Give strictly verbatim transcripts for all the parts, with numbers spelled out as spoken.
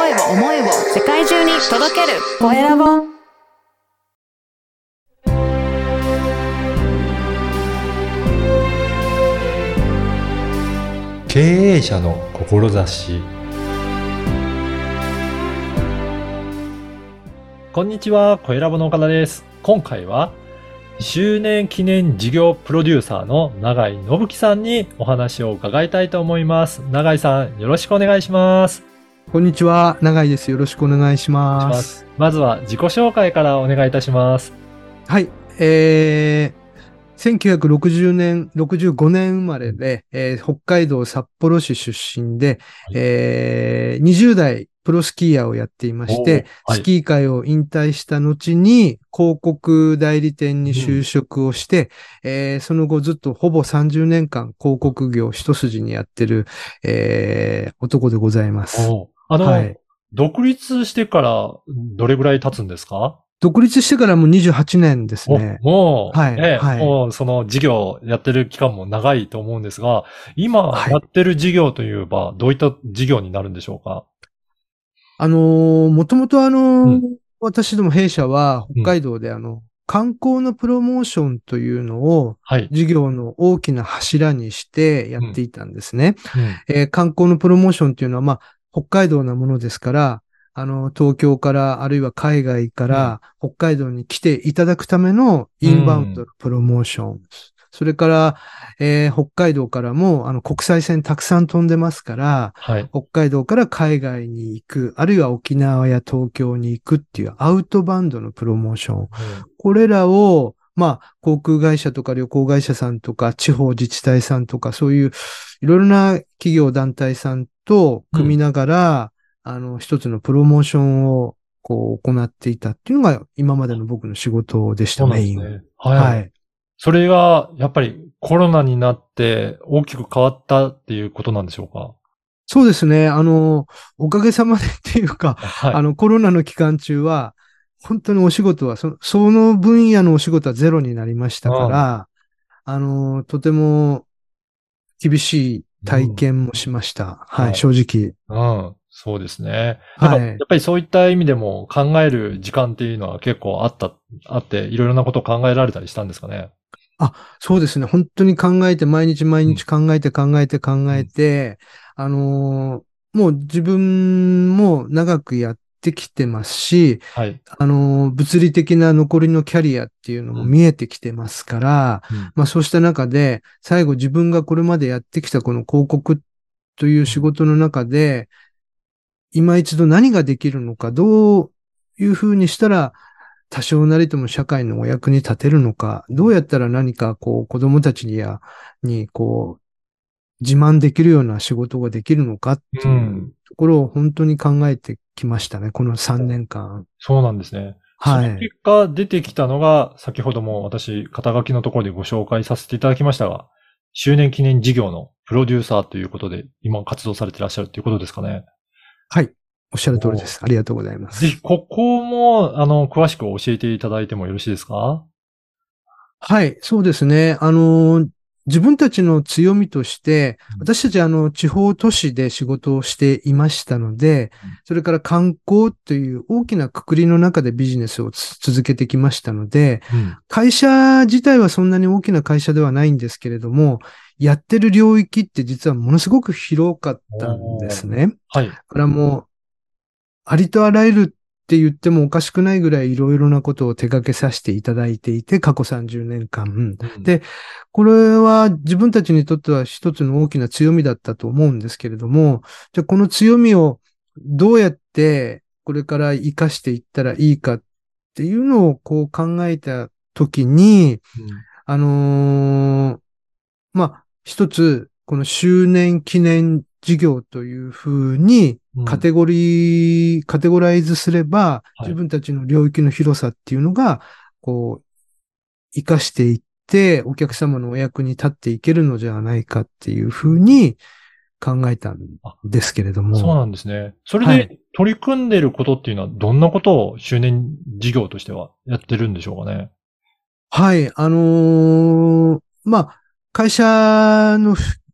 声を、思いを世界中に届けるコエラボ。 経営者の志。こんにちは、コエラボの岡田です。今回は周年記念事業プロデューサーの永井信樹さんにお話を伺いたいと思います。永井さん、よろしくお願いします。 こんにちは、永井です。よろしくお願いします。 まずは自己紹介からお願いいたします。 はい、えー、せんきゅうひゃくろくじゅうねん、ろくじゅうごねん生まれで、えー、北海道札幌市出身で、はい、えー、にじゅう代プロスキーヤーをやっていまして、はい、スキー界を引退した後に広告代理店に就職をして、うんえー、その後ずっとほぼさんじゅうねんかん広告業一筋にやってる、えー、男でございます。 あの、はい、独立してからどれぐらい経つんですか？ 独立してからもうにじゅうはちねんですね。 もう、 はい、 ねはい、 もうその事業やってる期間も長いと思うんですが、今やってる事業といえばどういった事業になるんでしょうか？ あのー、もともとあのーうん、私ども弊社は北海道であの、うん、観光のプロモーションというのを、事業の大きな柱にしてやっていたんですね。うんうんえー、観光のプロモーションというのは、まあ、北海道なものですから、あの、東京からあるいは海外から北海道に来ていただくためのインバウンドのプロモーション。うんそれから、えー、北海道からもあの国際線たくさん飛んでますから、はい、北海道から海外に行く、あるいは沖縄や東京に行くっていうアウトバウンドのプロモーション。うん、これらを、まあ、航空会社とか旅行会社さんとか地方自治体さんとかそういういろいろな企業団体さんと組みながら、うん、あの、一つのプロモーションをこう行っていたっていうのが今までの僕の仕事でした、メイン。 ね、はい。はいそれが、やっぱりコロナになって大きく変わったっていうことなんでしょうか？ そうですね。あの、おかげさまでっていうか、はい、あの、コロナの期間中は、本当にお仕事はそ、その分野のお仕事はゼロになりましたから、うん、あの、とても厳しい体験もしました。うん、はい、はい、正直。 うん。そうですね。はい。やっぱりそういった意味でも考える時間っていうのは結構あった、あって、いろいろなことを考えられたりしたんですかね？ あ、そうですね。本当に考えて、毎日毎日考えて考えて考えて、うん、あのー、もう自分も長くやってきてますし、はい、あのー、物理的な残りのキャリアっていうのも見えてきてますから、うん、まあそうした中で、最後自分がこれまでやってきたこの広告という仕事の中で、今一度何ができるのか、どういうふうにしたら、多少なりとも社会のお役に立てるのか、どうやったら何かこう子供たちにや、にこう、自慢できるような仕事ができるのかっていうところを本当に考えてきましたね、このさんねんかん。 そうなんですね。はい。その結果出てきたのが、先ほども私、肩書きのところでご紹介させていただきましたが、周年記念事業のプロデューサーということで、今活動されていらっしゃるということですかね。 はい。おっしゃる通りです。ありがとうございます。 ぜひ、ここも、あの、詳しく教えていただいてもよろしいですか？ はい、そうですね。あの、自分たちの強みとして、私たちあの、地方都市で仕事をしていましたので、それから観光という大きな括りの中でビジネスを続けてきましたので、うん、会社自体はそんなに大きな会社ではないんですけれども、やってる領域って実はものすごく広かったんですね。はい。だからもう、ありとあらゆるって言ってもおかしくないぐらいいろいろなことを手掛けさせていただいていて、過去さんじゅうねんかん。うん、で、これは自分たちにとっては一つの大きな強みだったと思うんですけれども、じゃあこの強みをどうやってこれから活かしていったらいいかっていうのをこう考えたときに、うん、あのー、まあ、一つ、この周年記念事業というふうにカテゴリー、うん、カテゴライズすれば、自分たちの領域の広さっていうのが、こう、活かしていって、お客様のお役に立っていけるのではないかっていうふうに考えたんですけれども。 そうなんですね。それで取り組んでいることっていうのは、どんなことを周年事業としてはやってるんでしょうかね？ はい、あのー、まあ、会社の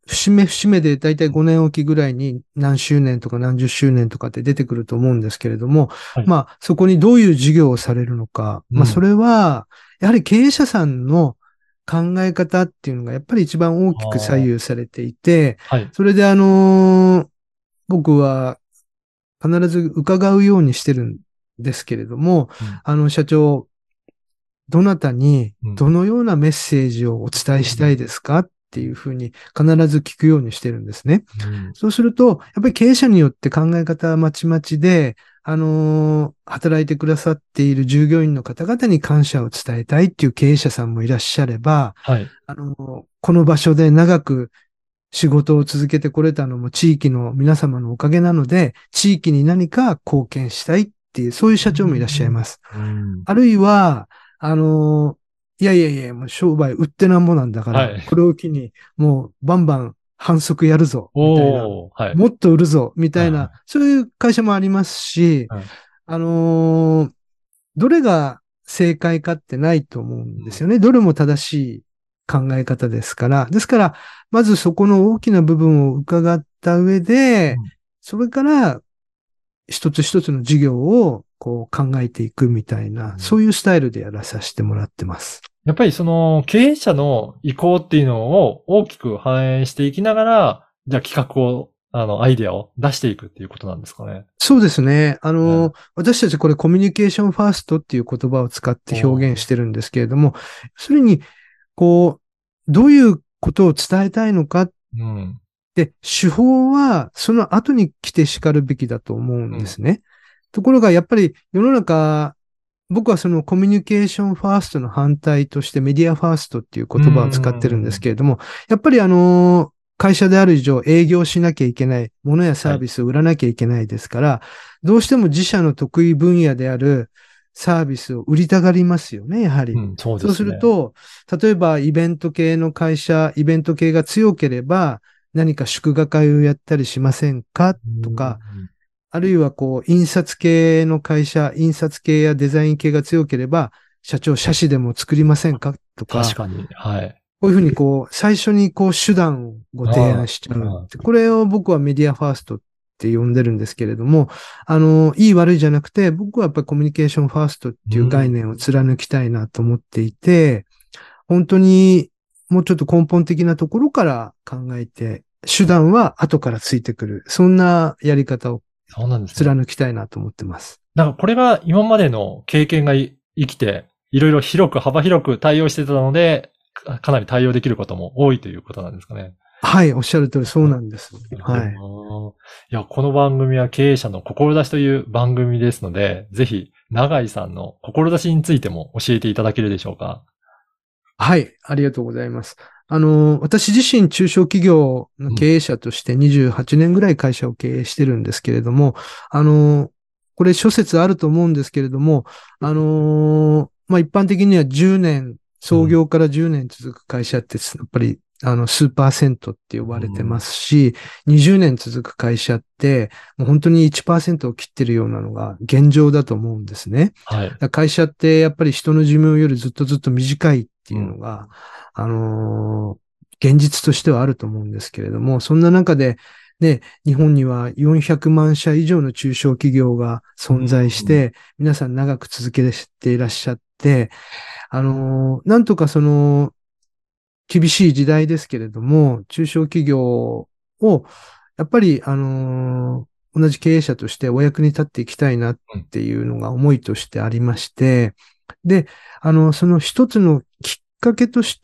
節目節目でだいたいごねんおきぐらいに何周年とか何十周年とかって出てくると思うんですけれども、 はい。 まあそこにどういう事業をされるのか、まあそうん。 れは、やはり経営者さんの考え方っていうのがやっぱり一番大あきく左あ、 右されていて、 はい。 それであのー僕は必ず伺うようにしてるんですけれども、 うん。 あの社長、どなたにうん。 どのようなメッセージをお伝えしたいですかっていうふうに必ず聞くようにしてるんですね。 うん。 そうすると、やっぱり経営者によって考え方はまちまちで、あのー働いてくださっている従業員の方々に感謝を伝えたいっていう経営者さんもいらっしゃれば、 はい。 あのーこの場所で長く仕事を続けてこれたのも地域の皆様のおかげなので、地域に何か貢献したいっていう、そういう社長もいらっしゃいます。 うん。 あるいは、あの、いやいやいや、もう商売売ってなんぼなんだから、 はい。 これを機にもうバンバン反則やるぞ、みたいな、 おー、はい。 もっと売るぞ、みたいな、 はそういう会社もありますし、 い。はい。 あのーどれが正解かってないと思うんうん。 ですよね。どれも正しい考え方ですから。ですから、まずそこの大きな部分を伺った上で、 うん。 それから一つ一つの事業をこう考えていくみたいな、 うん。 そういうスタイルでやらさせてもらってます。 やっぱりその経営者の意向っていうのを大きく反映していきながら、じゃあ企画を、あの、アイデアを出していくっていうことなんですかね。 そうですね。あはい。 の、私たちこれコミュニケーションファーストっていう言葉を使っておー。 表現してるんですけれども、それに、こう、どういうことを伝えたいのかっうん。 で、手法はその後に来て叱るべきだと思うんうん。 ですね。ところがやっぱり世の中、僕はそのコミュニケーションファーストの反対としてメディアファーストっていうう言葉を使ってるんですん。 けれども、やっぱりあの、会社である以上営業しなきゃいけない、ものやサはい。 ービスを売らなきゃいけないですから、どうしても自社の得意分野であるサービスを売りたがりますよね、やはり。 うん、そうでそうすすね。 ると、例えばイベント系の会社、イベント系が強ければ、何か祝賀会をやったりしませんかうん。 とか、あるいはこう、印刷系の会社、印刷系やデザイン系が強ければ、社長、写真でも作りませんかとか、 確かに。はい。 こういうふうにこう、最初にこう、手段をご提案しちゃう。 ああ、 これを僕はメディアファーストって呼んでるんですけれども、あの、いい悪いじゃなくて、僕はやっぱりコミュニケーションファーストっていう概うん。 念を貫きたいなと思っていて、本当にもうちょっと根本的なところから考えて、手段は後からついてくる。そんなやり方をそうなんですね。 貫きたいなと思ってます。 なんかこれが今までの経験がい生きて、いろいろ広く幅広く対応してたので、かかなり対応できることも多いということなんですかね。 はい、おっしゃる通りそうあ、 なんです。 なるほはい。 どな。いや、この番組は経営者の志という番組ですので、ぜひ、永井さんの志についても教えていただけるでしょうか。 はい、ありがとうございます。あの、私自身中小企業のうん。 経営者としてにじゅうはちねんぐらい会社を経営してるんですけれども、あの、これ諸説あると思うんですけれども、あの、まあ、一般的にはじゅうねん、 うん。 創業からじゅうねん続く会社って、やっぱり、あの、スーパーセントって呼ばれてまうん。 すし、にじゅうねん続く会社って、もう本当にいちパーセントを切ってるようなのが現状だと思うんですね。だかはい。 ら会社ってやっぱり人の寿命よりずっとずっと短いってうん。 いうのが、あのー現実としてはあると思うんですけれども、そんな中で、ね、日本にはよんひゃくまん社以上の中小企業がう存在しん。 て、皆さん長く続けていらっしゃって、あのーなんとかその、厳しい時代ですけれども、中小企業を、やっぱり、あのー同じ経営者としてお役に立っていきたいなっうん。 ていうのが思いとしてありまして、で、あの、その一つのきっかけとして、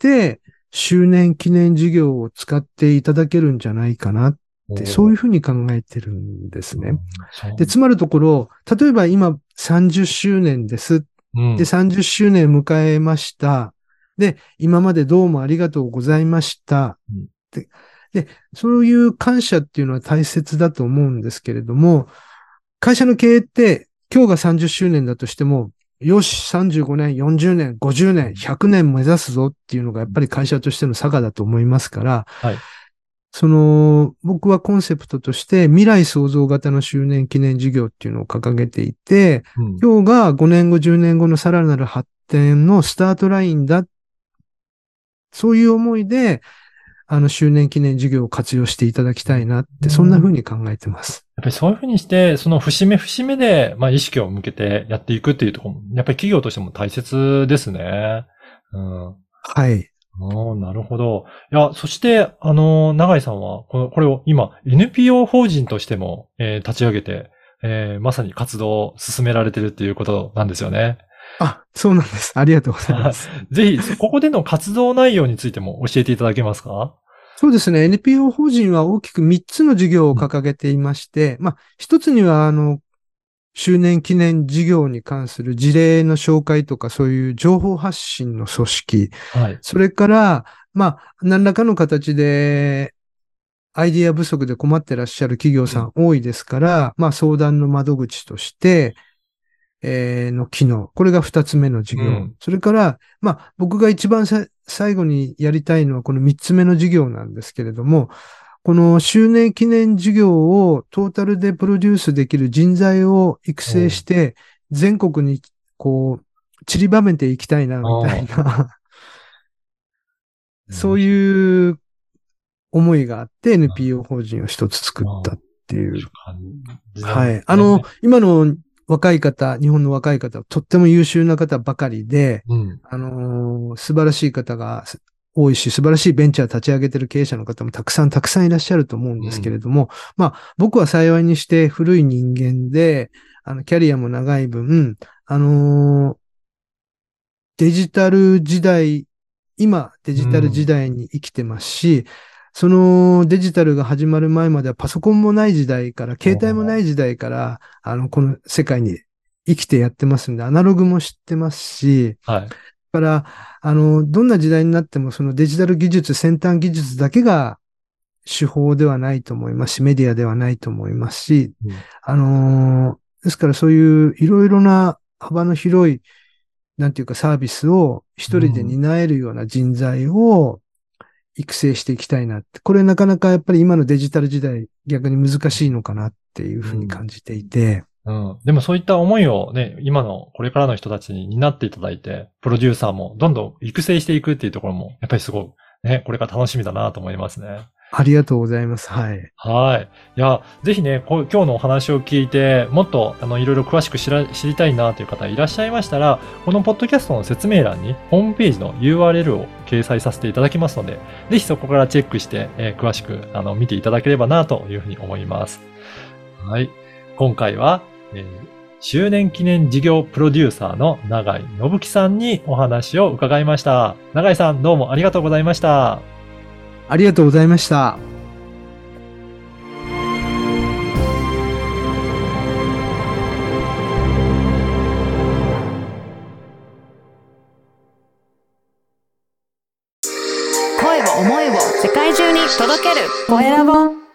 周年記念事業を使っていただけるんじゃないかなって、そうおー。 いうふうに考えてるんですね。 うん。そで、つまるところ、例えば今さんじゅっしゅうねんです。 う。うで、 ん。 さんじゅっしゅうねん迎えました。で、今までどうもありがとうございました。 うん。 で、でそういう感謝っていうのは大切だと思うんですけれども、会社の経営って今日がさんじゅっしゅうねんだとしても、よし、さんじゅうごねん、よんじゅうねん、ごじゅうねん、ひゃくねん目指すぞっていうのがやっぱり会社としての差がだと思いますから、 はい。 その、僕はコンセプトとして未来創造型の周年記念事業っていうのを掲げていて、 うん。 今日がごねんご、じゅうねんごのさらなる発展のスタートラインだ。そういう思いで、 あの、周年記念事業を活用していただきたいなって、そんな風に考えてます。 やっぱりそういうふうにして、その節目節目で、まあ、意識を向けてやっていくっていうところも、やっぱり企業としても大切ですね。うん。 はい。 おー、なるほど。いや、そして、あの、永井さんは、この、これを今、エヌピーオー 法人としても、えー立ち上げて、えーまさに活動を進められてるっていうことなんですよね。 あ、そうなんです。ありがとうございます。 ぜひ、ここでの活動内容についても教えていただけますか？ そうですね。エヌピーオー 法人は大きくみっつの事業を掲げていまして、まあ、一つには、あの、周年記念事業に関する事例の紹介とか、そういう情報発信の組織。 はい。 それから、まあ、何らかの形で、アイディア不足で困ってらっしゃる企業さん多いですから、まあ、相談の窓口として、えーの機能。これが二つ目の事業。 うん。 それから、まあ、僕が一番さ最後にやりたいのはこの三つ目の事業なんですけれども、この周年記念事業をトータルでプロデュースできる人材を育成して、全国にこう、散りばめていきたいな、みたいな、そうういう思いがあって エヌピーオー 法人を一つ作ったっていう。 感じなんはい。 ですね。 あの、今の若い方、日本の若い方、とっても優秀な方ばかりで、 うん。 あのー素晴らしい方が多いし、素晴らしいベンチャー立ち上げてる経営者の方もたくさんたくさんいらっしゃると思うんですけれども、まあ、僕は幸いにして古い人間で、あの、キャリアも長い分、あのーデジタル時代、今デジタル時代に生きてますし、そのデジタルが始まる前まではパソコンもない時代から、携帯もない時代から、あの、この世界に生きてやってますんで、アナログも知ってますし、 はい。 だから、あの、どんな時代になっても、そのデジタル技術、先端技術だけが手法ではないと思いますし、メディアではないと思いますし、 うん。 あのですからそういういろいろな幅の広い、なんていうかサービスを一人で担えるような人材を育成していきたいなって。これなかなかやっぱり今のデジタル時代逆に難しいのかなっていうふうに感じていて。 うん。でもそういった思いをね、今のこれからの人たちに担っていただいて、プロデューサーもどんどん育成していくっていうところも、やっぱりすごい、ね、これから楽しみだなと思いますね。 ありがとうございます。はい。 はい。いや、ぜひね、こう今日のお話を聞いて、もっと、あの、いろいろ詳しく知ら、知りたいなという方いらっしゃいましたら、このポッドキャストの説明欄に、ホームページの ユーアールエル を掲載させていただきますので、ぜひそこからチェックして、えー詳しく、あの、見ていただければなというふうに思います。はい。今回は、えー周年記念事業プロデューサーの永井信樹さんにお話を伺いました。永井さん、どうもありがとうございました。 ありがとうございました。 声を思いを世界中に届けるコエラボ。